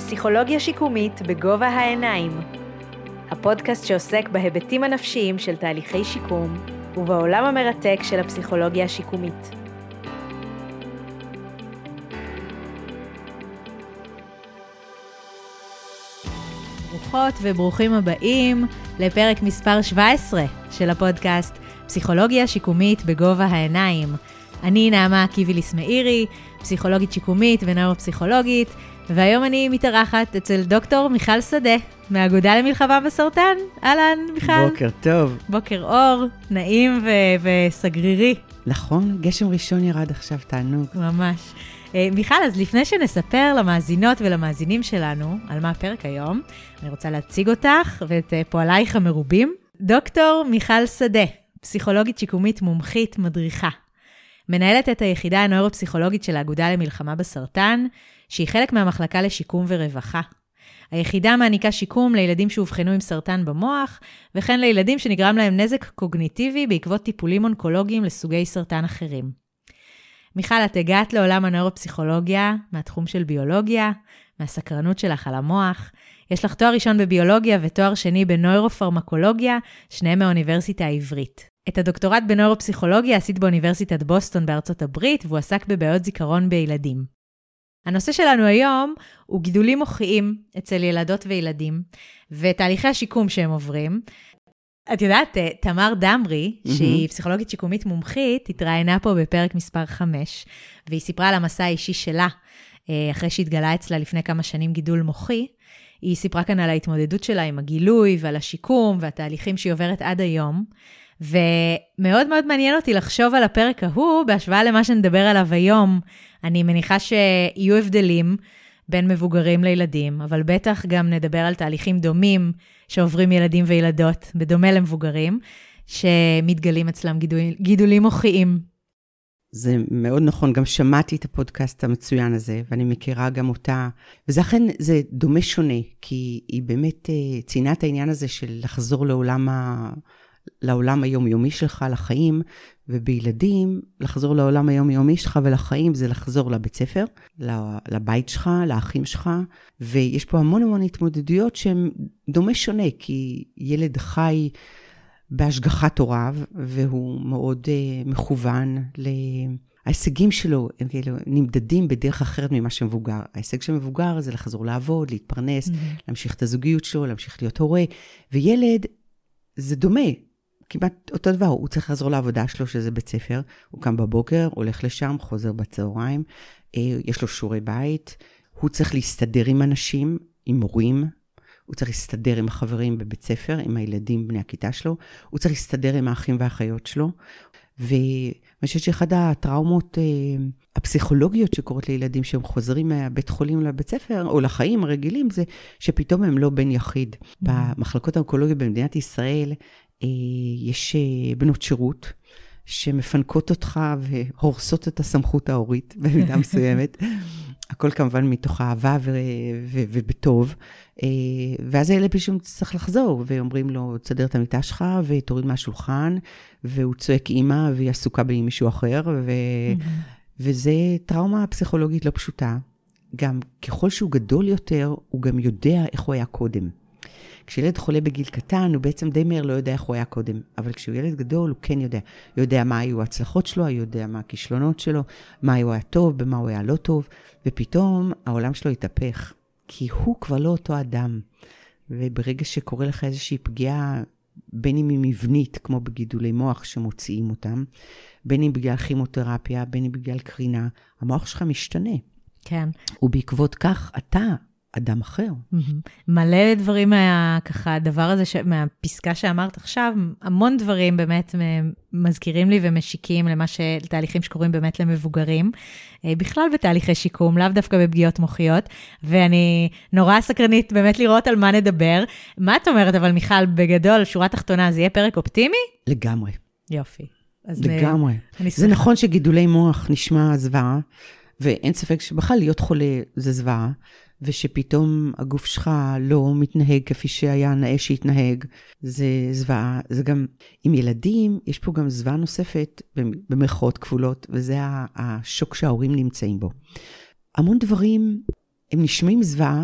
פסיכולוגיה שיקומית בגובה העיניים. הפודקאסט שעוסק בהיבטים הנפשיים של תהליכי שיקום ובעולם המרתק של הפסיכולוגיה השיקומית. ברוכות וברוכים הבאים לפרק מספר 17 של הפודקאסט פסיכולוגיה שיקומית בגובה העיניים. אני נעמה קיביליס מאירי, פסיכולוגית שיקומית ונוירופסיכולוגית, והיום אני מתארחת אצל דוקטור מיכל שדה, מהאגודה למלחמה בסרטן. אהלן, מיכל. בוקר טוב. בוקר אור, נעים וסגרירי. נכון, גשם ראשון ירד עכשיו, תענוג. ממש. מיכל, אז לפני שנספר למאזינות ולמאזינים שלנו על מה הפרק היום, אני רוצה להציג אותך ואת פועלייך המרובים. דוקטור מיכל שדה, פסיכולוגית שיקומית מומחית מדריכה. מנהלת את היחידה הנוירופסיכולוגית של האגודה למלחמה בסרטן, שהיא חלק מהמחלקה לשיקום ורווחה. היחידה מעניקה שיקום לילדים שאובחנו עם סרטן במוח, וכן לילדים שנגרם להם נזק קוגניטיבי בעקבות טיפולים אונקולוגיים לסוגי סרטן אחרים. מיכל, את הגעת לעולם הנוירופסיכולוגיה מהתחום של ביולוגיה, מהסקרנות שלך על המוח. יש לך תואר ראשון בביולוגיה ותואר שני בנוירופרמקולוגיה, שניהם מהאוניברסיטה העברית. את הדוקטורט בנוירופסיכולוגיה עשית באוניברסיטת בוסטון בארצות הברית, והוא עסק בבעיות זיכרון בילדים. הנושא שלנו היום הוא גידולים מוחיים אצל ילדות וילדים, ותהליכי השיקום שהם עוברים. את יודעת, תמר דמרי, שהיא פסיכולוגית שיקומית מומחית, התראיינה פה בפרק מספר 5, והיא סיפרה על המסע האישי שלה, אחרי שהתגלה אצלה לפני כמה שנים גידול מוחי. היא סיפרה כאן על ההתמודדות שלה עם הגילוי ועל השיקום והתהליכים שהיא עוברת עד היום, ומאוד מאוד מעניין אותי לחשוב על הפרק ההוא בהשוואה למה שנדבר עליו היום. אני מניחה שיהיו הבדלים בין מבוגרים לילדים, אבל בטח גם נדבר על תהליכים דומים שעוברים ילדים וילדות, בדומה למבוגרים, שמתגלים אצלם גידולים מוחיים. זה מאוד נכון, גם שמעתי את הפודקאסט המצוין הזה, ואני מכירה גם אותה, וזה אכן, זה דומה שונה, כי היא באמת ציינה את העניין הזה של לחזור לעולם היומיומי שלך, לחיים, ובילדים, לחזור לעולם היומיומי שלך ולחיים, זה לחזור לבית ספר, לבית שלך, לאחים שלך, ויש פה המון התמודדויות שהן דומה שונה, כי ילד חי בהשגחת הוריו, והוא מאוד מכוון ההישגים שלו, הם נמדדים בדרך אחרת ממה שמבוגר. ההישג של מבוגר זה לחזור לעבוד, להתפרנס, להמשיך את הזוגיות שלו, להמשיך להיות הורה, וילד זה דומה, כמעט אותו דבר, הוא צריך לחזור לעבודה שלו, שזה בית ספר, הוא קם בבוקר, הולך לשם, חוזר בצהריים, יש לו שיעורי בית, הוא צריך להסתדר עם אנשים, עם מורים, הוא צריך להסתדר עם החברים בבית ספר, עם הילדים בני הכיתה שלו, הוא צריך להסתדר עם האחים והאחיות שלו, ואני חושבת שאחד הטראומות הפסיכולוגיות שקורות לילדים שהם חוזרים מהבית חולים לבית ספר, או לחיים הרגילים, זה שפתאום הם לא בן יחיד. במחלקות האונקולוגיות במדינת ישראל, יש בנות שירות שמפנקות אותך והורסות את הסמכות ההורית במידה מסוימת. הכל כמובן מתוך אהבה ובטוב. ואז הילד פשוט צריך לחזור, ואומרים לו, תסדר את המיטה שלך ותוריד מהשולחן, והוא צועק אימא והיא עסוקה במישהו אחר, וזה טראומה פסיכולוגית לא פשוטה. גם ככל שהוא גדול יותר, הוא גם יודע איך הוא היה קודם. כשילד חולה בגיל קטן, הוא בעצם די מהר לא יודע איך הוא היה קודם. אבל כשהוא ילד גדול, הוא כן יודע. הוא יודע מה היו ההצלחות שלו, הוא יודע מה הכישלונות שלו, מה הוא היה טוב, במה הוא היה לא טוב. ופתאום העולם שלו התהפך. כי הוא כבר לא אותו אדם. וברגע שקורה לך איזושהי פגיעה, בין אם היא מבנית, כמו בגידולי מוח שמוציאים אותם, בין אם בגלל כימותרפיה, בין אם בגלל קרינה, המוח שלך משתנה. כן. ובעקבות כך אתה אדם אחר. מלא דברים ככה, הדבר הזה, מהפסקה שאמרת עכשיו, המון דברים באמת מזכירים לי ומשיקים לתהליכים שקורים באמת למבוגרים, בכלל בתהליכי שיקום, לאו דווקא בפגיעות מוחיות, ואני נורא סקרנית באמת לראות על מה נדבר. מה את אומרת, אבל מיכל, בגדול, שורה תחתונה, זה יהיה פרק אופטימי? לגמרי. יופי. לגמרי. זה נכון שגידולי מוח נשמע זוועה, ואין ספק שבכלל להיות חולה זה זוועה, ושפתאום הגוף שלך לא מתנהג כפי שהיה נאה שהתנהג, זה זוועה. זה גם, עם ילדים, יש פה גם זוועה נוספת, במרכאות כפולות, וזה השוק שההורים נמצאים בו. המון דברים, הם נשמעים זוועה,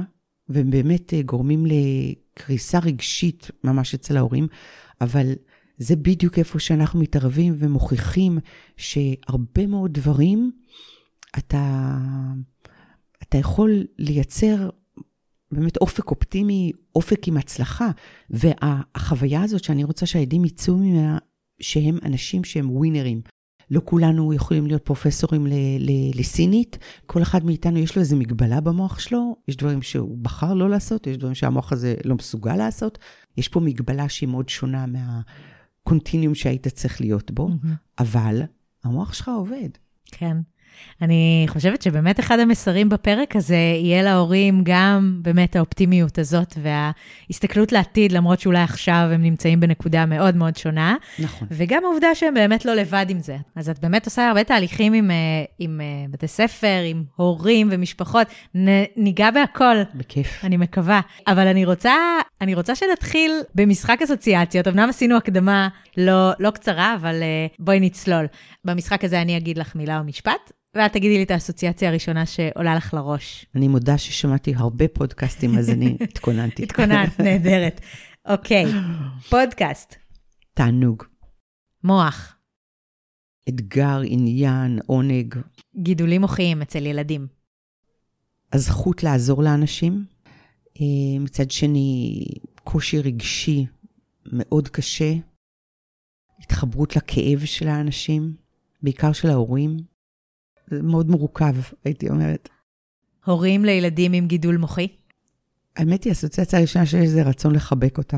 והם באמת גורמים לקריסה רגשית ממש אצל ההורים, אבל זה בדיוק איפה שאנחנו מתערבים ומוכיחים שהרבה מאוד דברים אתה יכול לייצר באמת אופק אופטימי, אופק עם הצלחה, והחוויה הזאת שאני רוצה שהילדים יצאו ממנה, שהם אנשים שהם ווינרים. לא כולנו יכולים להיות פרופסורים לסינית, כל אחד מאיתנו יש לו איזו מגבלה במוח שלו, יש דברים שהוא בחר לא לעשות, יש דברים שהמוח הזה לא מסוגל לעשות, יש פה מגבלה שהיא מאוד שונה מהקונטיניום שהיית צריך להיות בו, אבל המוח שלך עובד. כן. אני חושבת שבאמת אחד המסרים בפרק הזה יהיה להורים גם באמת האופטימיות הזאת וההסתכלות לעתיד, למרות שאולי עכשיו הם נמצאים בנקודה מאוד מאוד שונה. נכון. וגם העובדה שהם באמת לא לבד עם זה. אז את באמת עושה הרבה תהליכים עם בתי ספר, עם הורים ומשפחות. ניגע בהכל. בכיף. אני מקווה. אבל אני רוצה שנתחיל במשחק אסוציאציות. אמנם עשינו הקדמה לא קצרה, אבל בואי נצלול. במשחק הזה אני אגיד לך מילה או משפט. ואת תגידי לי את האסוציאציה הראשונה שעולה לך לראש. אני מודה ששמעתי הרבה פודקאסטים, אז אני התכוננתי. התכוננת, נהדרת. אוקיי, פודקאסט. תענוג. מוח. אתגר, עניין, עונג. גידולים מוחיים אצל ילדים. הזכות לעזור לאנשים. מצד שני, קושי רגשי מאוד קשה. התחברות לכאב של האנשים, בעיקר של ההורים. זה מאוד מורכב, הייתי אומרת. הורים לילדים עם גידול מוחי? האמת היא, האסוציאציה הראשונה שיש זה רצון לחבק אותם.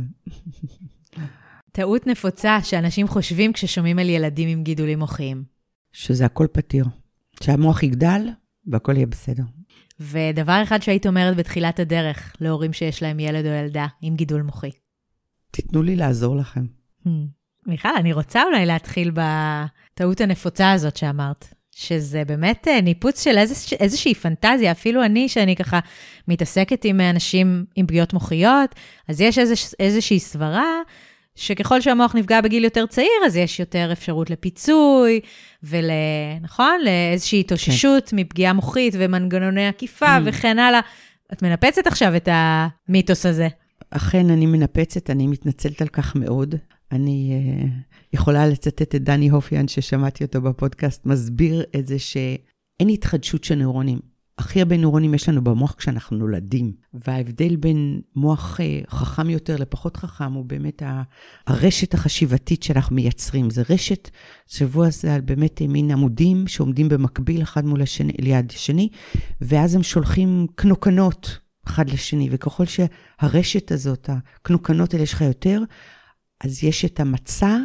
טעות נפוצה שאנשים חושבים כששומעים על ילדים עם גידולים מוחיים. שזה הכל פתיר. שהמוח יגדל והכל יהיה בסדר. ודבר אחד שהיית אומרת בתחילת הדרך להורים שיש להם ילד או ילדה עם גידול מוחי. תיתנו לי לעזור לכם. מיכל, אני רוצה אולי להתחיל בטעות הנפוצה הזאת שאמרת. שזה באמת ניפוץ של איזושהי פנטזיה, אפילו אני, שאני ככה מתעסקת עם אנשים עם פגיעות מוחיות, אז יש איזושהי סברה, שככל שהמוח נפגע בגיל יותר צעיר, אז יש יותר אפשרות לפיצוי, נכון? לאיזושהי התאוששות מפגיעה מוחית ומנגנוני עקיפה וכן הלאה. את מנפצת עכשיו את המיתוס הזה. אכן, אני מנפצת, אני מתנצלת על כך מאוד. אני יכולה לצטט את דני הופיאן, ששמעתי אותו בפודקאסט, מסביר את זה שאין התחדשות של נוירונים. הכי הרבה נוירונים יש לנו במוח כשאנחנו נולדים. וההבדל בין מוח חכם יותר לפחות חכם, הוא באמת הרשת החשיבתית שאנחנו מייצרים. זה רשת, שבוע זה על באמת מין עמודים שעומדים במקביל אחד מול השני, ליד השני, ואז הם שולחים קנוקנות אחד לשני, וככל שהרשת הזאת, הקנוקנות האלה שלך יותר, אז יש את המצע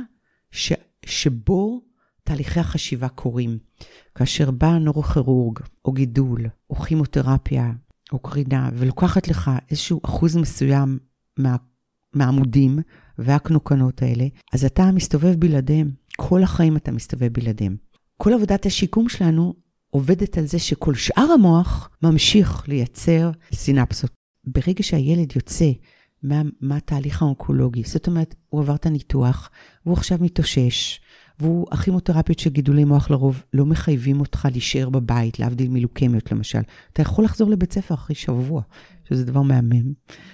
שבו תהליכי החשיבה קורים. כאשר בא נוירוכירורג, או גידול, או כימותרפיה, או קרינה, ולוקחת לך איזשהו אחוז מסוים מהעמודים והקנוקנות האלה, אז אתה מסתובב בלעדיהם. כל החיים אתה מסתובב בלעדיהם. כל עבודת השיקום שלנו עובדת על זה שכל שאר המוח ממשיך לייצר סינפסות. ברגע שהילד יוצא מהתהליך האונקולוגי, זאת אומרת, הוא עבר את הניתוח, והוא עכשיו מתאושש, והוא הכימותרפיות של גידולי מוח לרוב לא מחייבים אותך להישאר בבית, להבדיל מלוקמיות למשל. אתה יכול לחזור לבית ספר אחרי שבוע, שזה דבר מהמם,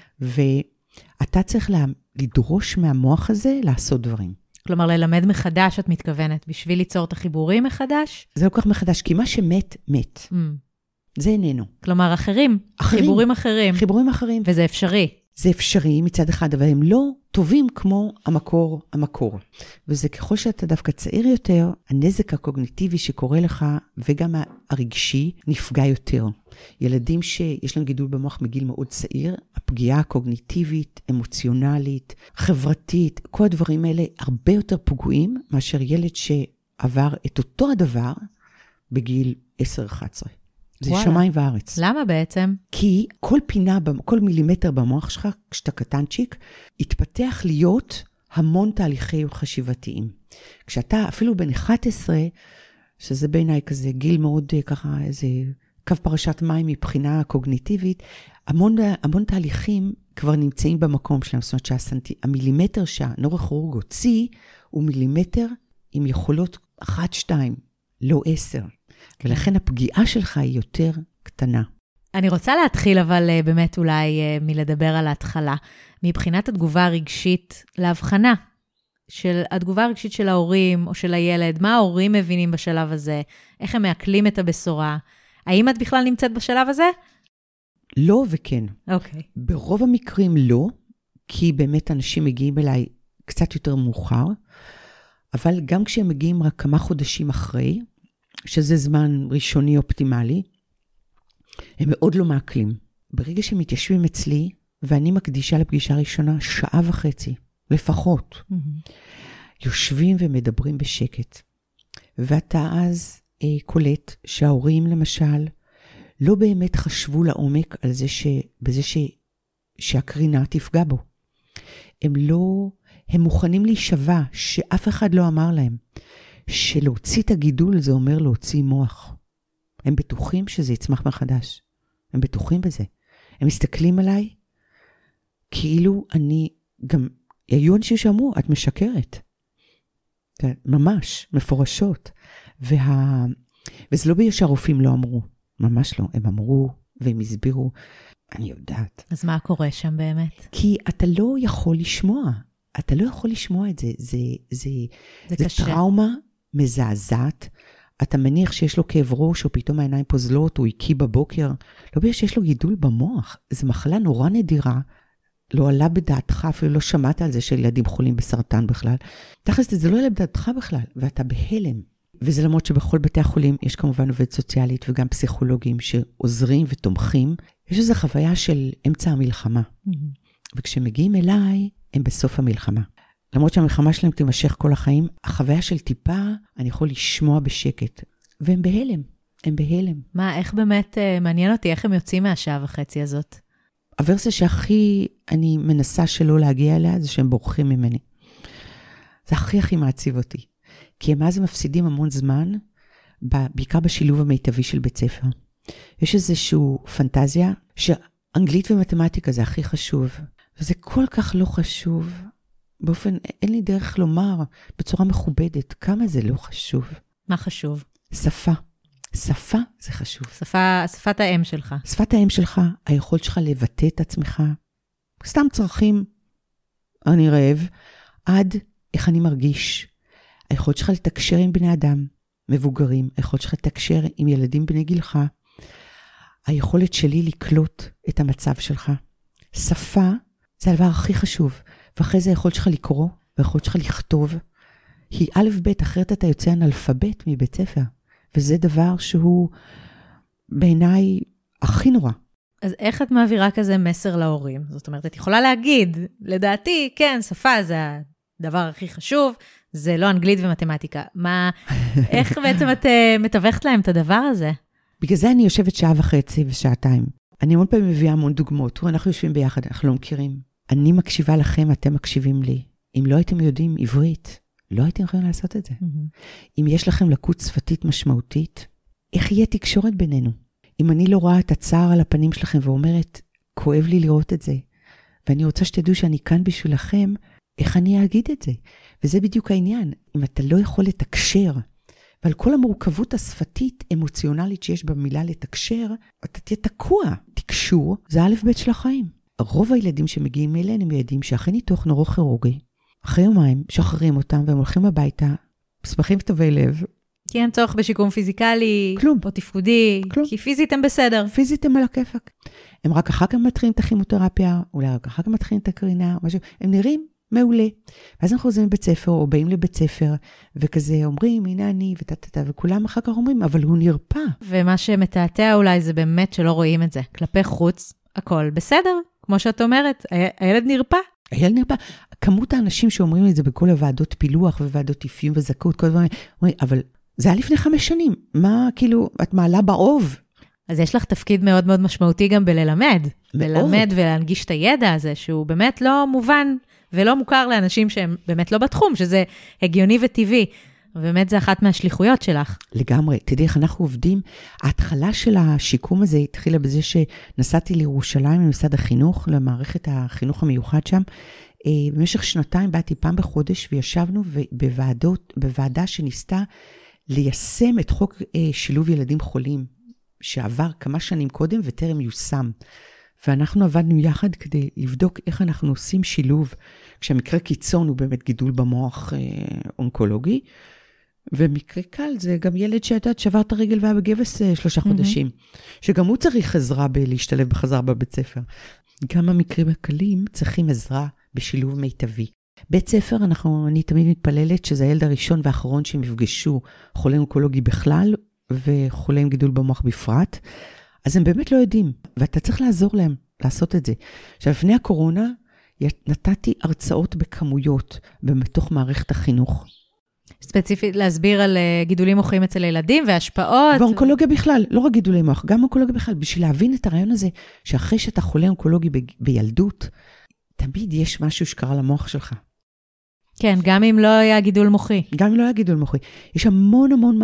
ואתה צריך לדרוש מהמוח הזה לעשות דברים. כלומר, ללמד מחדש, את מתכוונת, בשביל ליצור את החיבורים מחדש? זה לא כל כך מחדש, כי מה שמת, מת. זה איננו. כלומר, אחרים. חיבורים אחרים. חיבורים אחרים. וזה אפשרי. זה אפשרי מצד אחד, אבל הם לא טובים כמו המקור. וזה ככל שאתה דווקא צעיר יותר, הנזק הקוגניטיבי שקורה לך, וגם הרגשי, נפגע יותר. ילדים שיש להם גידול במוח מגיל מאוד צעיר, הפגיעה הקוגניטיבית, אמוציונלית, חברתית, כל הדברים האלה הרבה יותר פגועים, מאשר ילד שעבר את אותו הדבר בגיל 10-11. זה שמיים וארץ. למה בעצם? כי כל פינה, כל מילימטר במוח שלך, כשאתה קטנצ'יק, התפתח להיות המון תהליכי חשיבתיים. כשאתה אפילו בן 11, שזה בעיניי כזה גיל מאוד ככה, איזה קו פרשת מים מבחינה קוגניטיבית, המון תהליכים כבר נמצאים במקום שלהם. זאת אומרת שהמילימטר שהנוירוכירורג הוציא, הוא מילימטר עם יכולות 1-2, לא 10. ולכן הפגיעה שלך היא יותר קטנה. אני רוצה להתחיל אבל באמת אולי מלדבר על ההתחלה. מבחינת התגובה הרגשית להבחנה של התגובה הרגשית של ההורים או של הילד, מה ההורים מבינים בשלב הזה, איך הם מעכלים את הבשורה. האם את בכלל נמצאת בשלב הזה? לא וכן. אוקיי. ברוב המקרים לא, כי באמת אנשים מגיעים אליי קצת יותר מאוחר, אבל גם כשהם מגיעים רק כמה חודשים אחרי, שזה זמן ראשוני אופטימלי, הם מאוד לא מעכלים. ברגע שהם מתיישבים אצלי, ואני מקדישה לפגישה ראשונה 1.5 שעות, לפחות. יושבים ומדברים בשקט. ואתה אז קולט שההורים למשל, לא באמת חשבו לעומק על זה בזה שהקרינה תפגע בו. הם מוכנים להישבע שאף אחד לא אמר להם, שלהוציא את הגידול זה אומר להוציא מוח. הם בטוחים שזה יצמח מחדש. הם בטוחים בזה. הם מסתכלים עליי, כאילו אני גם, היו אנשים שאמרו, את משקרת. ממש, מפורשות. וזה לא בגלל שהרופאים לא אמרו. ממש לא. הם אמרו והם הסבירו. אני יודעת. אז מה קורה שם באמת? כי אתה לא יכול לשמוע. אתה לא יכול לשמוע את זה. זה טראומה מזעזעת. אתה מניח שיש לו כאב ראש, או פתאום העיניים פוזלות, או הקיא בבוקר. לא בגלל שיש לו גידול במוח. זו מחלה נורא נדירה. לא עלה בדעתך, אפילו לא שמעת על זה שילדים חולים בסרטן בכלל. תכלס, זה לא עלה בדעתך בכלל, ואתה בהלם. וזה למרות שבכל בתי החולים יש כמובן עובד סוציאלית וגם פסיכולוגים שעוזרים ותומכים. יש איזו חוויה של אמצע המלחמה. וכשמגיעים אליי, הם בסוף המלחמה. למרות שהמלחמה שלהם תימשך כל החיים, החוויה של טיפה, אני יכול לשמוע בשקט. והם בהלם, הם בהלם. מה, איך באמת מעניין אותי, איך הם יוצאים מהשעה וחצי הזאת? הוורסיה שהכי אני מנסה שלא להגיע אליה, זה שהם בורחים ממני. זה הכי מעציב אותי. כי הם אז מפסידים המון זמן, בעיקר בשילוב המיטבי של בית ספר. יש איזשהו פנטזיה, שאנגלית ומתמטיקה זה הכי חשוב. וזה כל כך לא חשוב. באופן, אין לי דרך לומר בצורה מכובדת, כמה זה לא חשוב. מה חשוב? שפה. שפה זה חשוב. שפת האם שלך. שפת האם שלך, היכולת שלך לבטא את עצמך. סתם צרכים, אני רעב, עד איך אני מרגיש. היכולת שלך לתקשר עם בני אדם, מבוגרים. היכולת שלך לתקשר עם ילדים בני גילך. היכולת שלי לקלוט את המצב שלך. שפה זה הדבר הכי חשוב. ואחרי זה היכולת שלך לקרוא, והיכולת שלך לכתוב. היא א' ב', אחרת אתה יוצא אנאלפבית מבית ספר. וזה דבר שהוא בעיניי הכי נורא. אז איך את מעבירה כזה מסר להורים? זאת אומרת, את יכולה להגיד, לדעתי, כן, שפה זה הדבר הכי חשוב, זה לא אנגלית ומתמטיקה. איך בעצם את מתווכת להם את הדבר הזה? בגלל זה אני יושבת 1.5 ושעתיים. אני המון פעמים מביאה המון דוגמאות. אנחנו יושבים ביחד, אנחנו לא מכירים. אני מקשיבה לכם, אתם מקשיבים לי. אם לא הייתם יודעים עברית, לא הייתם יכולים לעשות את זה. אם יש לכם לקות שפתית משמעותית, איך יהיה תקשורת בינינו? אם אני לא רואה את הצער על הפנים שלכם ואומרת, כואב לי לראות את זה, ואני רוצה שתדעו שאני כאן בשבילכם, איך אני אגיד את זה? וזה בדיוק העניין. אם אתה לא יכול לתקשר, ועל כל המורכבות השפתית, אמוציונלית שיש במילה לתקשר, אתה תהיה תקוע. תקשור זה א' ב' של החיים. רוב הילדים שמגיעים אליהם הם ילדים שאחרי ניתוח נוירוכירורגי, אחרי יומיים שחררים אותם והם הולכים הביתה, שמחים וטובי לב. כי אין צורך בשיקום פיזיקלי, כלום. או תפקודי, כלום. כי פיזית הם בסדר. פיזית הם על הכיפק. הם רק אחר כך מתחילים את הכימותרפיה, אולי רק אחר כך מתחילים את הקרינה, משהו. הם נראים מעולה. ואז אנחנו חוזרים לבית ספר, או באים לבית ספר, וכזה אומרים, הנה אני, וכולם אחר כך אומרים, אבל הוא נרפא. ומה שמתעתע אולי זה באמת שלא רואים את זה. כלפי חוץ, הכל בסדר. כמו שאת אומרת, הילד נרפא. הילד נרפא. כמות האנשים שאומרים את זה בכל הוועדות פילוח וועדות אפיון וזכאות, כל דברים, אומרים, אבל זה היה לפני 5 שנים. מה, כאילו, את מעלה באוב. אז יש לך תפקיד מאוד מאוד משמעותי גם בללמד. מאוד. ללמד ולהנגיש את הידע הזה, שהוא באמת לא מובן ולא מוכר לאנשים שהם באמת לא בתחום, שזה הגיוני וטבעי. ובאמת זה אחת מהשליחויות שלך. לגמרי. תדעי איך אנחנו עובדים. ההתחלה של השיקום הזה התחילה בזה שנסעתי לירושלים ממשרד החינוך, למערכת החינוך המיוחד שם. במשך 2 באתי פעם בחודש, וישבנו בוועדה שניסתה ליישם את חוק שילוב ילדים חולים, שעבר כמה שנים קודם וטרם יושם. ואנחנו עבדנו יחד כדי לבדוק איך אנחנו עושים שילוב, כשהמקרה קיצון הוא באמת גידול במוח אונקולוגי, ומקרה קל זה גם ילד שבר את הרגל והיה בגבס 3 חודשים, שגם הוא צריך עזרה להשתלב בחזרה בבית ספר. גם המקרים הקלים צריכים עזרה בשילוב מיטבי. בית ספר, אני תמיד מתפללת שזה הילד הראשון והאחרון שהם יפגשו חולה אונקולוגי בכלל, וחולה עם גידול במוח בפרט, אז הם באמת לא יודעים, ואתה צריך לעזור להם לעשות את זה. עכשיו, לפני הקורונה, נתתי הרצאות בכמויות בתוך מערכת החינוך. ספציפית להסביר על גידולים מוחיים אצל ילדים והשפעות. ואונקולוגיה בכלל, לא רק גידולי מוח, גם אונקולוגיה בכלל, בשביל להבין את הרעיון הזה, שאחרי שאתה חולה אונקולוגי בילדות, תמיד יש משהו שקרה למוח שלך. כן, גם אם לא היה גידול מוחי. גם אם לא היה גידול מוחי. יש המון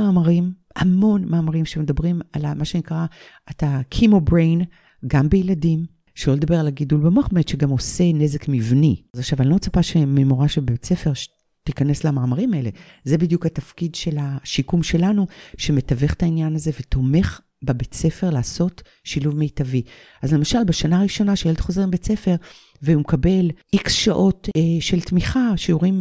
מאמרים שמדברים על מה שנקרא, את הקימו-בריין, גם בילדים, שלא לדבר על הגידול במוח, באמת שגם עושה נזק מבני. אז עכשיו, אני לא מצפה שממורה שבבית ספר תיכנס למאמרים האלה. זה בדיוק התפקיד של השיקום שלנו, שמתווך את העניין הזה ותומך בבית ספר לעשות שילוב מיטבי. אז למשל, בשנה הראשונה שילד חוזר מבית ספר, והוא מקבל X שעות של תמיכה,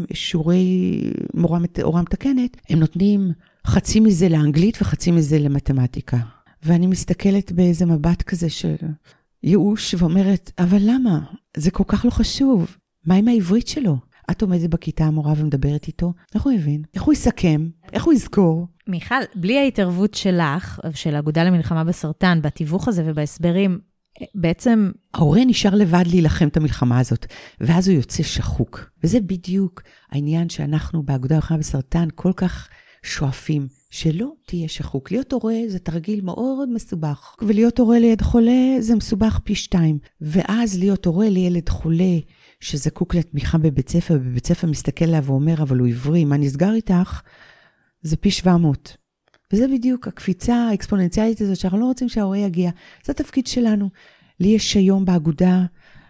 שיעורי הוראה מתקנת, הם נותנים חצי מזה לאנגלית וחצי מזה למתמטיקה. ואני מסתכלת באיזה מבט כזה של ייאוש, ואומרת, אבל למה? זה כל כך לא חשוב. מה עם העברית שלו? את עומדת בכיתה המורה ומדברת איתו, איך הוא יבין? איך הוא יסכם? איך הוא יזכור? מיכל, בלי ההתערבות שלך, של האגודה למלחמה בסרטן, בתיווך הזה ובהסברים, בעצם ההורה נשאר לבד להילחם את המלחמה הזאת, ואז הוא יוצא שחוק. וזה בדיוק העניין שאנחנו באגודה למלחמה בסרטן כל כך שואפים, שלא תהיה שחוק. להיות הורה זה תרגיל מאוד מסובך, ולהיות הורה ליד חולה זה מסובך פי 2. ואז להיות הורה לילד חולה שזקוק לתמיכה בבית ספר, ובבית ספר מסתכל עליו ואומר, אבל הוא עברי, מה נסגר איתך? זה פי 700. וזה בדיוק הקפיצה האקספוננציאלית הזאת, שאנחנו לא רוצים שההורה יגיע. זה התפקיד שלנו. לי יש היום באגודה,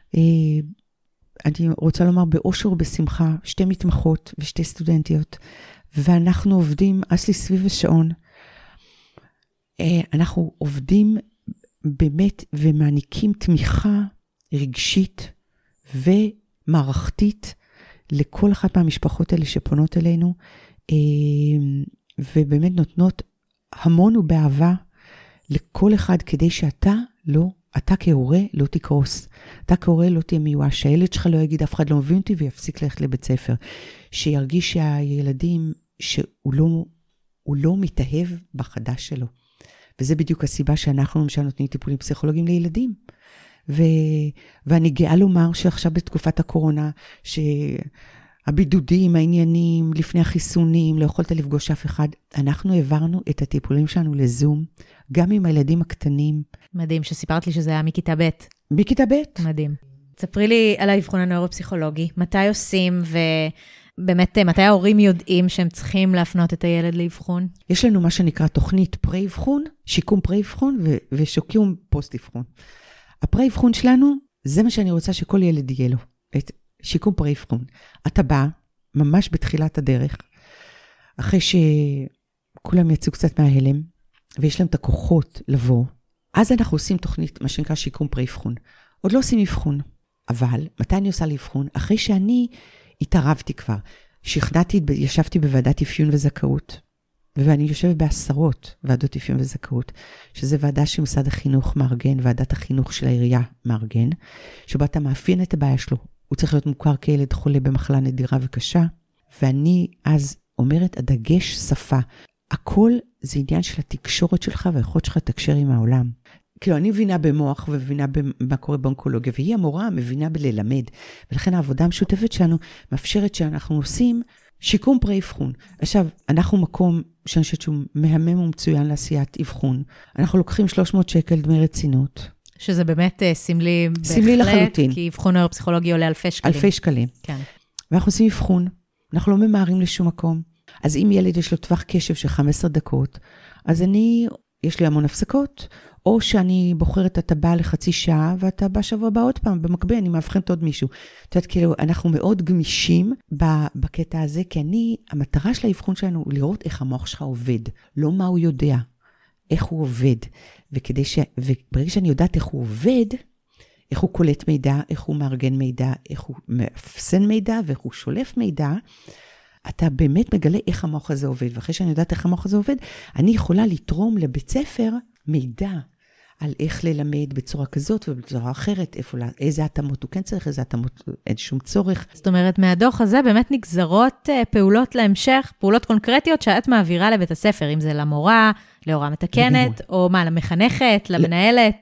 אני רוצה לומר באושר ובשמחה, 2 מתמחות ו2 סטודנטיות, ואנחנו עובדים, אסלי סביב השעון, אנחנו עובדים באמת ומעניקים תמיכה רגשית ומערכתית לכל אחת מהמשפחות האלה שפונות אלינו, ובאמת נותנות המון ובאהבה לכל אחד כדי שאתה כהורה לא תקרוס. אתה כהורה לא תהיה מיואש, שהילד שלך לא יגיד אף אחד לא מבין אותי ויפסיק ללכת לבית ספר. שירגיש שהילדים, שהוא לא מתאהב בחדש שלו. וזה בדיוק הסיבה שאנחנו למשל נותנים טיפולים פסיכולוגיים לילדים. ואני גאה לומר שעכשיו בתקופת הקורונה, הבידודים, העניינים, לפני החיסונים, לא יכולת לפגוש אף אחד. אנחנו העברנו את הטיפולים שלנו לזום, גם עם הילדים הקטנים. מדהים, שסיפרת לי שזה היה מכיתה ב'. מכיתה ב'. מדהים. תספרי לי על האבחון הנוירופסיכולוגי, מתי עושים ובאמת מתי ההורים יודעים שהם צריכים להפנות את הילד לאבחון? יש לנו מה שנקרא תוכנית פרה-אבחון, שיקום פרה-אבחון ושיקום פוסט-אבחון. הפרה-אבחון שלנו, זה מה שאני רוצה שכל ילד יהיה לו. את שיקום פרה-אבחון. אתה בא, ממש בתחילת הדרך, אחרי שכולם יצאו קצת מההלם, ויש להם את הכוחות לבוא, אז אנחנו עושים תוכנית, מה שנקרא שיקום פרה-אבחון. עוד לא עושים אבחון, אבל מתי אני עושה לאבחון? אחרי שאני התערבתי כבר, ישבתי בוועדת אפיון וזכאות, ואני יושבת בעשרות ועדות אפיון וזכאות, שזה ועדה שמשרד החינוך מארגן, ועדת החינוך של העירייה מארגן, שבה אתה מאפיין את הבעיה שלו. הוא צריך להיות מוכר כילד חולה במחלה נדירה וקשה, ואני אז אומרת, הדגש שפה. הכל זה עניין של התקשורת שלך, והיכולת שלך לתקשר עם העולם. כאילו, אני מבינה במוח ומבינה במה קורה באונקולוגיה, והיא המורה מבינה בללמד. ולכן העבודה המשותפת שלנו מאפשרת שאנחנו עושים שיקום פרה-אבחון. עכשיו, אנחנו מקום שאני חושבת שהוא מהמם ומצוין לעשיית אבחון. אנחנו לוקחים 300 שקל דמי רצינות. שזה באמת סמלי לחלוטין. כי אבחון נוירופסיכולוגי עולה אלפי שקלים. אלפי שקלים. כן. ואנחנו עושים אבחון. אנחנו לא ממהרים לשום מקום. אז אם ילד יש לו טווח קשב של 15 דקות, אז יש לי המון הפסקות, או שאני בוחרת אתה בא לחצי שעה, ואתה בא שבוע הבא עוד פעם, במקביל אני מאבחנת עוד מישהו. את יודעת, כאילו, אנחנו מאוד גמישים בקטע הזה, כי המטרה של האבחון שלנו הוא לראות איך המוח שלך עובד, לא מה הוא יודע, איך הוא עובד. וברגע שאני יודעת איך הוא עובד, איך הוא קולט מידע, איך הוא מארגן מידע, איך הוא מאפסן מידע, ואיך הוא שולף מידע, אתה באמת מגלה איך המוח הזה עובד. ואחרי שאני יודעת איך המוח הזה עובד, אני יכולה לתרום לבית ספר מידע על איך ללמד בצורה כזאת ובצורה אחרת, איזה התאמות הוא כן צריך, איזה התאמות אין שום צורך. זאת אומרת, מהדוח הזה באמת נגזרות פעולות להמשך, פעולות קונקרטיות שאת מעבירה לבית הספר, אם זה למורה, להוראה מתקנת, או מה, למחנכת, למנהלת?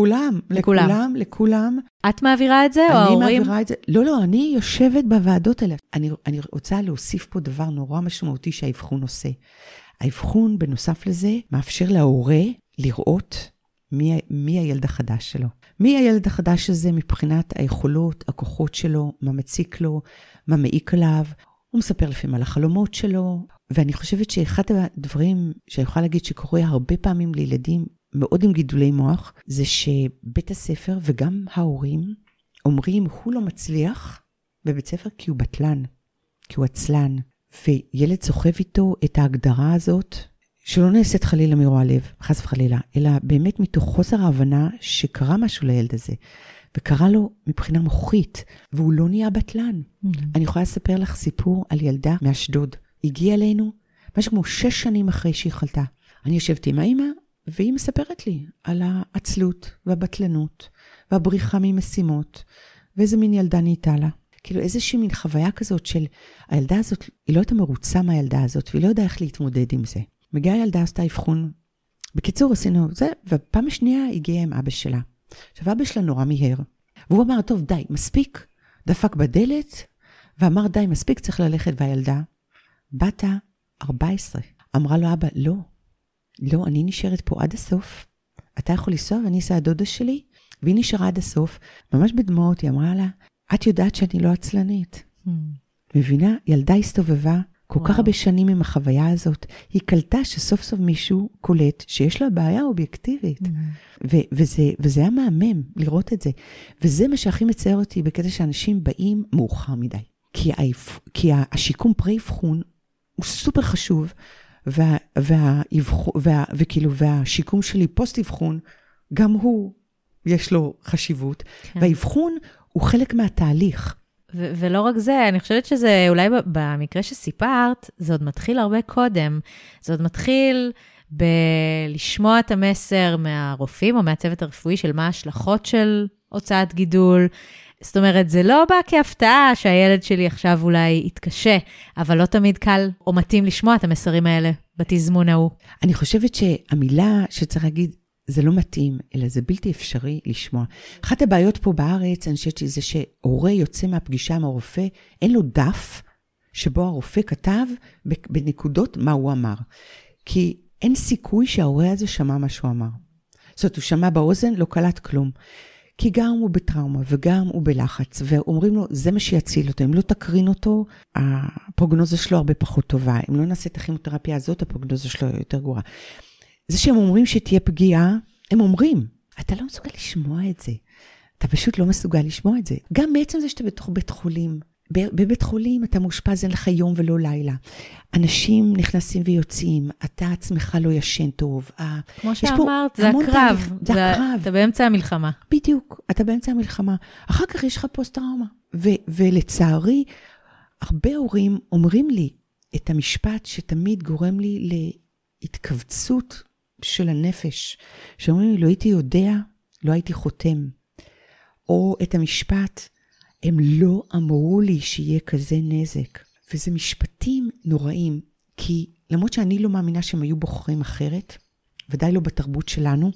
לכולם. את מעבירה את זה, או ההורים? אני מעבירה את זה. לא, אני יושבת בוועדות האלה. אני רוצה להוסיף פה דבר נורא משמעותי שהאבחון עושה. האבחון, בנוסף לזה, מאפשר להורה לראות מי הילד החדש שלו. מי הילד החדש הזה מבחינת היכולות, הכוחות שלו, מה מציק לו, מה מעיק עליו. הוא מספר לפעמים על החלומות שלו, ואני חושבת שאחד הדברים שאני יכולה להגיד שקורה הרבה פעמים לילדים מאוד עם גידולי מוח, זה שבית הספר וגם ההורים אומרים, הוא לא מצליח בבית ספר כי הוא בטלן, כי הוא עצלן, וילד סוחב איתו את ההגדרה הזאת, שלא נעשית חלילה מרוע לב, חס וחלילה, אלא באמת מתוך חוסר ההבנה שקרה משהו לילד הזה, וקרה לו מבחינה מוחית, והוא לא נהיה בטלן. אני יכולה לספר לך סיפור על ילדה מאשדוד. הגיעה אלינו, משהו כמו 6 שנים אחרי שהיא חלתה. אני יושבתי עם האמא, והיא מספרת לי על העצלות והבטלנות, והבריחה ממשימות, ואיזה מין ילדה נהייתה לה. כאילו איזושהי מין חוויה כזאת של הילדה הזאת, היא לא הייתה מרוצה מהילדה הזאת, והיא לא יודעה איך להתמודד עם זה. מגיעה ילדה, עשתה אבחון. בקיצור, עשינו זה, והפעם השנייה הגיעה עם אבא שלה. עכשיו, אבא שלה נורא מיהר. והוא אמר, טוב, די, מספיק. דפק בדלת, ואמר, די, מספיק, צריך ללכת. והילדה, בת 14. אמרה לו, אבא, לא, אני נשארת פה עד הסוף. אתה יכול לנסוע, ואני אעשה הדודה שלי, והיא נשארה עד הסוף. ממש בדמעות, היא אמרה לה, את יודעת שאני לא עצלנית. מבינה? ילדה הסתובבה, כל כך הרבה שנים עם החוויה הזאת, היא קלטה שסוף סוף מישהו קולט שיש לה בעיה אובייקטיבית. וזה היה מהמם לראות את זה. וזה מה שהכי מצייר אותי בקטע שאנשים באים מאוחר מדי. כי השיקום פרה-אבחון הוא סופר חשוב, והשיקום שלי פוסט-אבחון, גם הוא יש לו חשיבות. והאבחון הוא חלק מהתהליך. ולא רק זה, אני חושבת שזה אולי במקרה שסיפרת, זה עוד מתחיל הרבה קודם. זה עוד מתחיל בלשמוע את המסר מהרופאים או מהצוות הרפואי של מה ההשלכות של הוצאת גידול. זאת אומרת, זה לא בא כהפתעה שהילד שלי עכשיו אולי יתקשה, אבל לא תמיד קל או מתאים לשמוע את המסרים האלה בתזמון ההוא. אני חושבת שהמילה שצריך להגיד, זה לא מתאים, אלא זה בלתי אפשרי לשמוע. אחת הבעיות פה בארץ, אני חושבת שזה שהורה יוצא מהפגישה עם הרופא, אין לו דף שבו הרופא כתב בנקודות מה הוא אמר. כי אין סיכוי שההורה הזה שמע מה שהוא אמר. זאת אומרת, הוא שמע באוזן, לא קלט כלום. כי גם הוא בטראומה וגם הוא בלחץ, ואומרים לו, זה מה שיציל אותו. אם לא תקרין אותו, הפרוגנוזה שלו הרבה פחות טובה. אם לא נעשה את הכימותרפיה הזאת, הפרוגנוזה שלו יותר גרועה. זה שהם אומרים שתהיה פגיעה, הם אומרים, אתה לא מסוגל לשמוע את זה. אתה פשוט לא מסוגל לשמוע את זה. גם בעצם זה שאתה בתוך בית חולים. בבית חולים אתה מאושפז, אין לך יום ולא לילה. אנשים נכנסים ויוצאים, אתה עצמך לא ישן טוב. כמו שאמרת, זה הקרב. זה הקרב. אתה באמצע המלחמה. בדיוק, אתה באמצע המלחמה. אחר כך יש לך פוסט-טראומה. ולצערי, הרבה הורים אומרים לי את המשפט שתמיד גורם לי להתכווצות של הנפש. שאומרים לי, לא הייתי יודע, לא הייתי חותם. או את המשפט, הם לא אמרו לי שיהיה כזה נזק. וזה משפטים נוראים, כי למרות שאני לא מאמינה שהם היו בוחרים אחרת, ודאי לא בתרבות שלנו,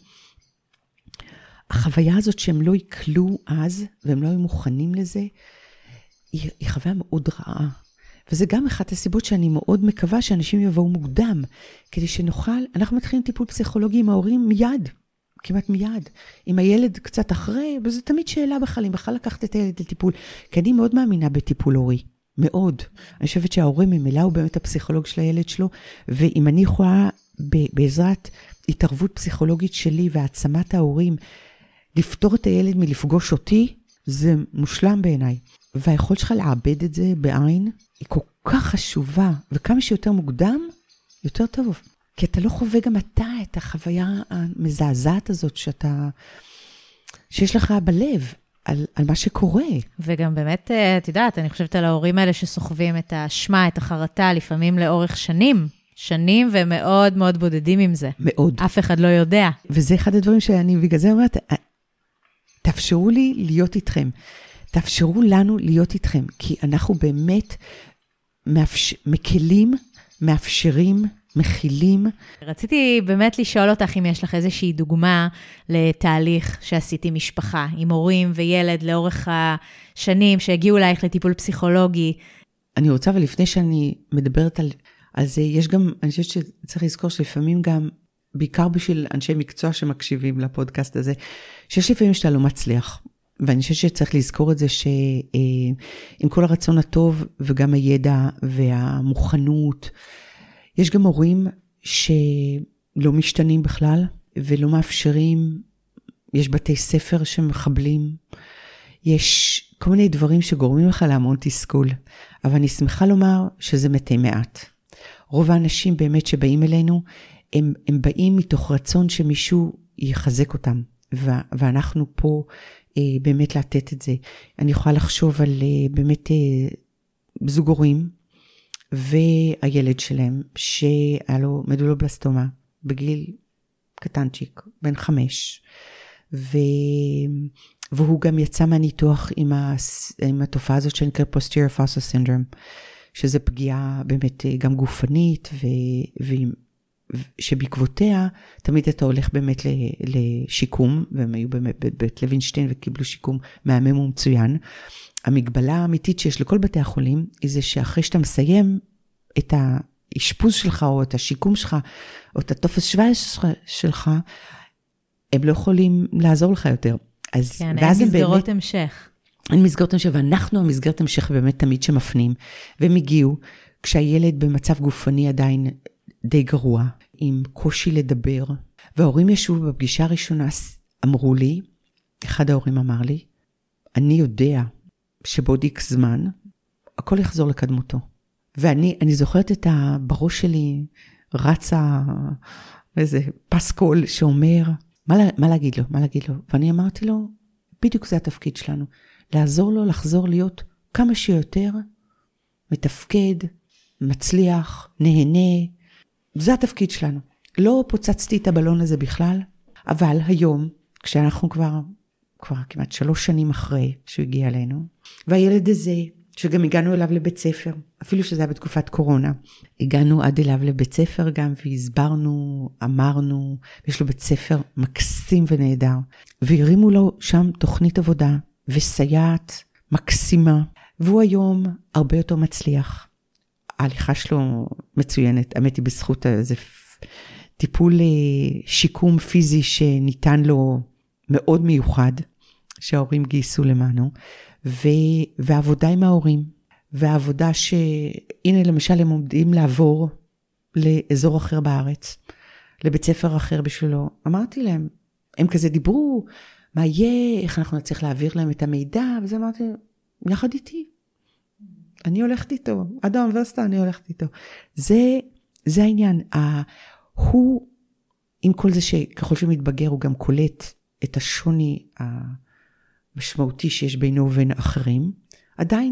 החוויה הזאת שהם לא יקלו אז, והם לא היו מוכנים לזה, היא חוויה מאוד רעה. וזה גם אחת הסיבות שאני מאוד מקווה שאנשים יבואו מוקדם, כדי שנוכל, אנחנו מתחילים טיפול פסיכולוגי עם ההורים מיד, כמעט מיד. עם הילד קצת אחרי, וזה תמיד שאלה בכלל, אם בכלל לקחת את הילד לטיפול, כי אני מאוד מאמינה בטיפול הורי, מאוד. אני חושבת שההורי ממילא הוא באמת הפסיכולוג של הילד שלו, ואם אני יכולה בעזרת התערבות פסיכולוגית שלי והעצמת ההורים, לפתור את הילד מלפגוש אותי, זה מושלם בעיניי. והיכולת שלך לעבד את זה בעין, היא כל כך חשובה, וכמה שיותר מוקדם, יותר טוב. כי אתה לא חווה גם אתה את החוויה המזעזעת הזאת שיש לך בלב על מה שקורה. וגם באמת, את יודעת, אני חושבת על ההורים האלה שסוחבים את האשמה, את החרטה, לפעמים לאורך שנים ומאוד מאוד בודדים עם זה. מאוד. אף אחד לא יודע. וזה אחד הדברים שאני בגלל זה אומרת, תאפשרו לי להיות איתכם. תאפשרו לנו להיות איתכם, כי אנחנו באמת מקלים, מאפשרים, מכילים. רציתי באמת לשאול אותך אם יש לך איזושהי דוגמה לתהליך שעשיתי משפחה, עם הורים וילד לאורך השנים שהגיעו אלייך לטיפול פסיכולוגי. אני רוצה, ולפני שאני מדברת על זה, יש גם, אני חושבת שצריך לזכור שלפעמים גם, בעיקר בשביל אנשי מקצוע שמקשיבים לפודקאסט הזה, שיש לפעמים שאתה לא מצליח. ואני חושבת שצריך לזכור את זה שעם כל הרצון הטוב וגם הידע והמוכנות, יש גם הורים שלא משתנים בכלל ולא מאפשרים, יש בתי ספר שמחבלים, יש כל מיני דברים שגורמים לך להמון תסכול, אבל אני שמחה לומר שזה מתי מעט. רוב האנשים באמת שבאים אלינו, הם באים מתוך רצון שמישהו יחזק אותם, ואנחנו פה באמת לתת את זה. אני יכולה לחשוב על באמת זוג הורים, והילד שלהם, שהיה לו מדולובלסטומה, בגיל קטנצ'יק, בן 5, והוא גם יצא מהניתוח עם התופעה הזאת שנקרא posterior fossa syndrome, שזה פגיעה באמת גם גופנית, שבעקבותיה תמיד אתה הולך באמת לשיקום, והם היו באמת בבית לוינשטיין וקיבלו שיקום מהמם ומצוין. המגבלה האמיתית שיש לכל בתי החולים, היא זה שאחרי שאתה מסיים את האשפוז שלך, או את השיקום שלך, או את הטופס 17 שלך, הם לא יכולים לעזור לך יותר. אז, כן, אין מסגרות המשך. אין מסגרות המשך, ואנחנו המסגרת המשך באמת תמיד שמפנים, והם הגיעו כשהילד במצב גופני עדיין די גרוע, עם קושי לדבר, וההורים ישבו בפגישה הראשונה, אמרו לי, אחד ההורים אמר לי, אני יודע שבעוד איקס זמן, הכל יחזור לקדמותו. ואני זוכרת את בראש שלי, רצה איזה פסקול שאומר, מה להגיד לו? ואני אמרתי לו, בדיוק זה התפקיד שלנו, לעזור לו לחזור להיות כמה שיותר מתפקד, מצליח, נהנה, זה התפקיד שלנו. לא פוצצתי את הבלון הזה בכלל, אבל היום, כשאנחנו כבר כמעט 3 שנים אחרי שהוא הגיע אלינו, והילד הזה, שגם הגענו אליו לבית ספר, אפילו שזה היה בתקופת קורונה, הגענו עד אליו לבית ספר גם, והסברנו, אמרנו, יש לו בית ספר מקסים ונהדר, והרימו לו שם תוכנית עבודה, וסייעת מקסימה, והוא היום הרבה יותר מצליח. ההליכה שלו מצוינת, האמת היא בזכות איזה טיפול שיקום פיזי שניתן לו מאוד מיוחד, שההורים גייסו למענו, ועבודה עם ההורים, והעבודה שהנה למשל הם עומדים לעבור לאזור אחר בארץ, לבית ספר אחר בשבילו. אמרתי להם, הם כזה דיברו, מה יהיה, איך אנחנו נצליח להעביר להם את המידע, וזה אמרתי, יחד איתי. אני הולכת איתו, עד האוניברסיטה אני הולכת איתו. זה העניין. הוא, עם כל זה שככל שהוא מתבגר, הוא גם קולט את השוני המשמעותי שיש בינו ובין אחרים, עדיין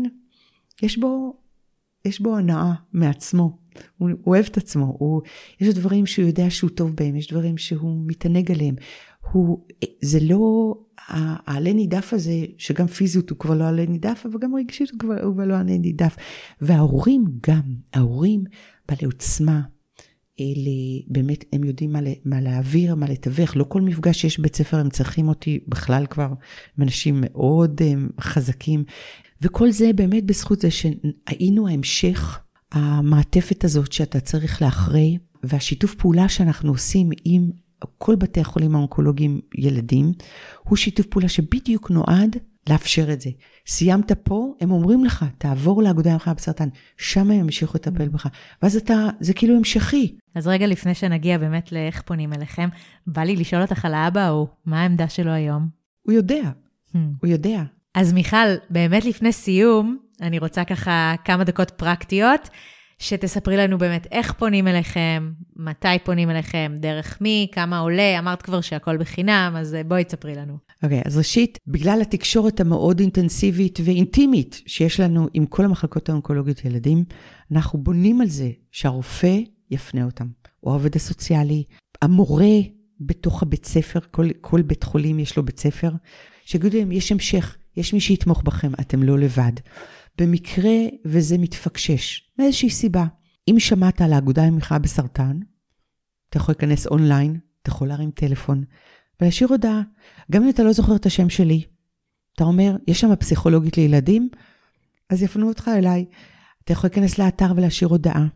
יש בו הנאה מעצמו. הוא אוהב את עצמו. יש דברים שהוא יודע שהוא טוב בהם, יש דברים שהוא מתענג עליהם. זה לא העלה נידף הזה, שגם פיזיות הוא כבר לא עלה נידף, אבל גם רגשית הוא כבר לא עלה נידף. וההורים גם, ההורים בעלי עוצמה, באמת הם יודעים מה להעביר, מה לתווך. לא כל מפגש שיש בית ספר הם צריכים אותי בכלל כבר, אנשים מאוד חזקים. וכל זה באמת בזכות זה שהיינו ההמשך, המעטפת הזאת שאתה צריך לאחרי, והשיתוף פעולה שאנחנו עושים עם כל בתי החולים האונקולוגיים ילדים, הוא שיתוף פעולה שבדיוק נועד לאפשר את זה. סיימת פה, הם אומרים לך, תעבור לאגודה למלחמה בסרטן, שם הם ימשיכו לטפל בך, ואז זה כאילו המשכי. אז רגע לפני שנגיע באמת לאיך פונים אליכם, בא לי לשאול אותך על האבא ההוא, מה העמדה שלו היום? הוא יודע. אז מיכל, באמת לפני סיום, אני רוצה ככה כמה דקות פרקטיות, שתספרי לנו באמת איך פונים אליכם, מתי פונים אליכם, דרך מי, כמה עולה, אמרת כבר שהכל בחינם, אז בואי תספרי לנו. אוקיי, אז ראשית, בגלל התקשורת המאוד אינטנסיבית ואינטימית שיש לנו עם כל המחלקות האונקולוגיות ילדים, אנחנו בונים על זה שהרופא יפנה אותם, או העובד הסוציאלי, המורה בתוך הבית ספר, כל בית חולים יש לו בית ספר, שיגידו להם, יש המשך, יש מי שיתמוך בכם, אתם לא לבד. במקרה וזה מתפקשש, מאיזושהי סיבה. אם שמעת על האגודה למלחמה בסרטן, אתה יכול להיכנס אונליין, אתה יכול להרים טלפון, ולהשאיר הודעה. גם אם אתה לא זוכר את השם שלי, אתה אומר, יש שם פסיכולוגית לילדים, אז יפנו אותך אליי. אתה יכול להיכנס לאתר ולהשאיר הודעה.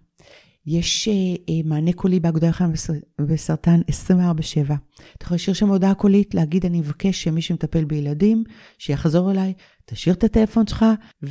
יש מענה קולי באגודה למלחמה בסרטן 24/7. אתה יכול להשאיר שם הודעה קולית, להגיד, אני מבקש שמי שמטפל בילדים, שיחזור אליי, תשאיר את הטלפון שלך,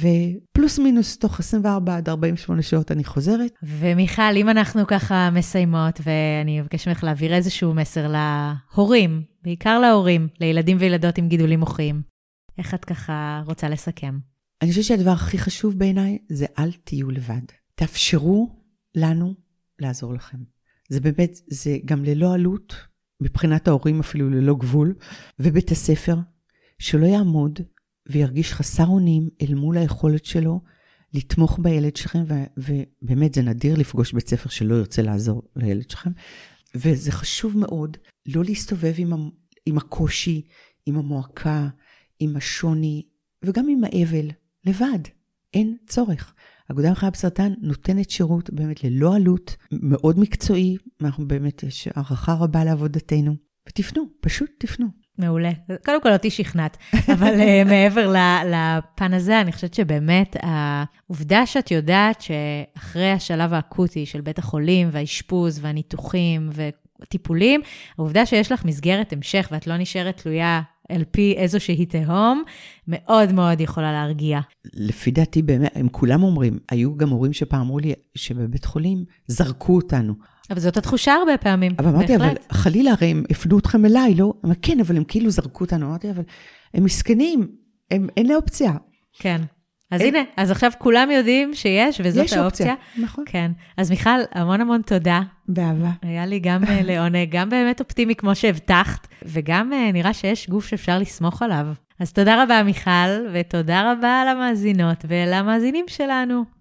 ופלוס מינוס תוך 24 עד 48 שעות אני חוזרת. ומיכל, אם אנחנו ככה מסיימות, ואני מבקש ממך להעביר איזשהו מסר להורים, בעיקר להורים, לילדים וילדות עם גידולים מוחיים, איך את ככה רוצה לסכם? אני חושבת שהדבר הכי חשוב בעיניי, זה אל תהיו לבד. תאפשרו לנו לעזור לכם. זה באמת, זה גם ללא עלות, מבחינת ההורים אפילו ללא גבול, ובית הספר, שלא יעמוד וירגיש חסר אונים אל מול היכולת שלו, לתמוך בילד שלכם, ובאמת זה נדיר לפגוש בית ספר שלא ירצה לעזור לילד שלכם, וזה חשוב מאוד לא להסתובב עם הקושי, עם המועקה, עם השוני, וגם עם האבל, לבד, אין צורך. האגודה למלחמה בסרטן נותנת שירות באמת ללא עלות, מאוד מקצועי, אנחנו באמת יש הערכה רבה לעבודתנו, ותפנו, פשוט תפנו. מעולה. קודם כל אותי שכנעת, אבל מעבר לפן הזה, אני חושבת שבאמת העובדה שאת יודעת שאחרי השלב האקוטי של בית החולים והאשפוז והניתוחים וטיפולים, העובדה שיש לך מסגרת המשך ואת לא נשארת תלויה על פי איזושהי תהום, מאוד מאוד יכולה להרגיע. לפי דעתי, באמת, הם כולם אומרים, היו גם הורים שפעם אמרו לי שבבית חולים זרקו אותנו. אבל זאת התחושה הרבה פעמים. אבל אמרתי, אבל חלילה, הרי הם הפנו אתכם אליי, לא? אבל כן, אבל הם כאילו זרקו אותנו. אמרתי, אבל הם מסכנים, אין לה אופציה. כן. אז הנה, אז עכשיו כולם יודעים שיש, וזאת האופציה. נכון. כן. אז מיכל, המון המון תודה. באהבה. היה לי גם לעונג, גם באמת אופטימי כמו שהבטחת, וגם נראה שיש גוף שאפשר לסמוך עליו. אז תודה רבה מיכל, ותודה רבה למאזינות ולמאזינים שלנו.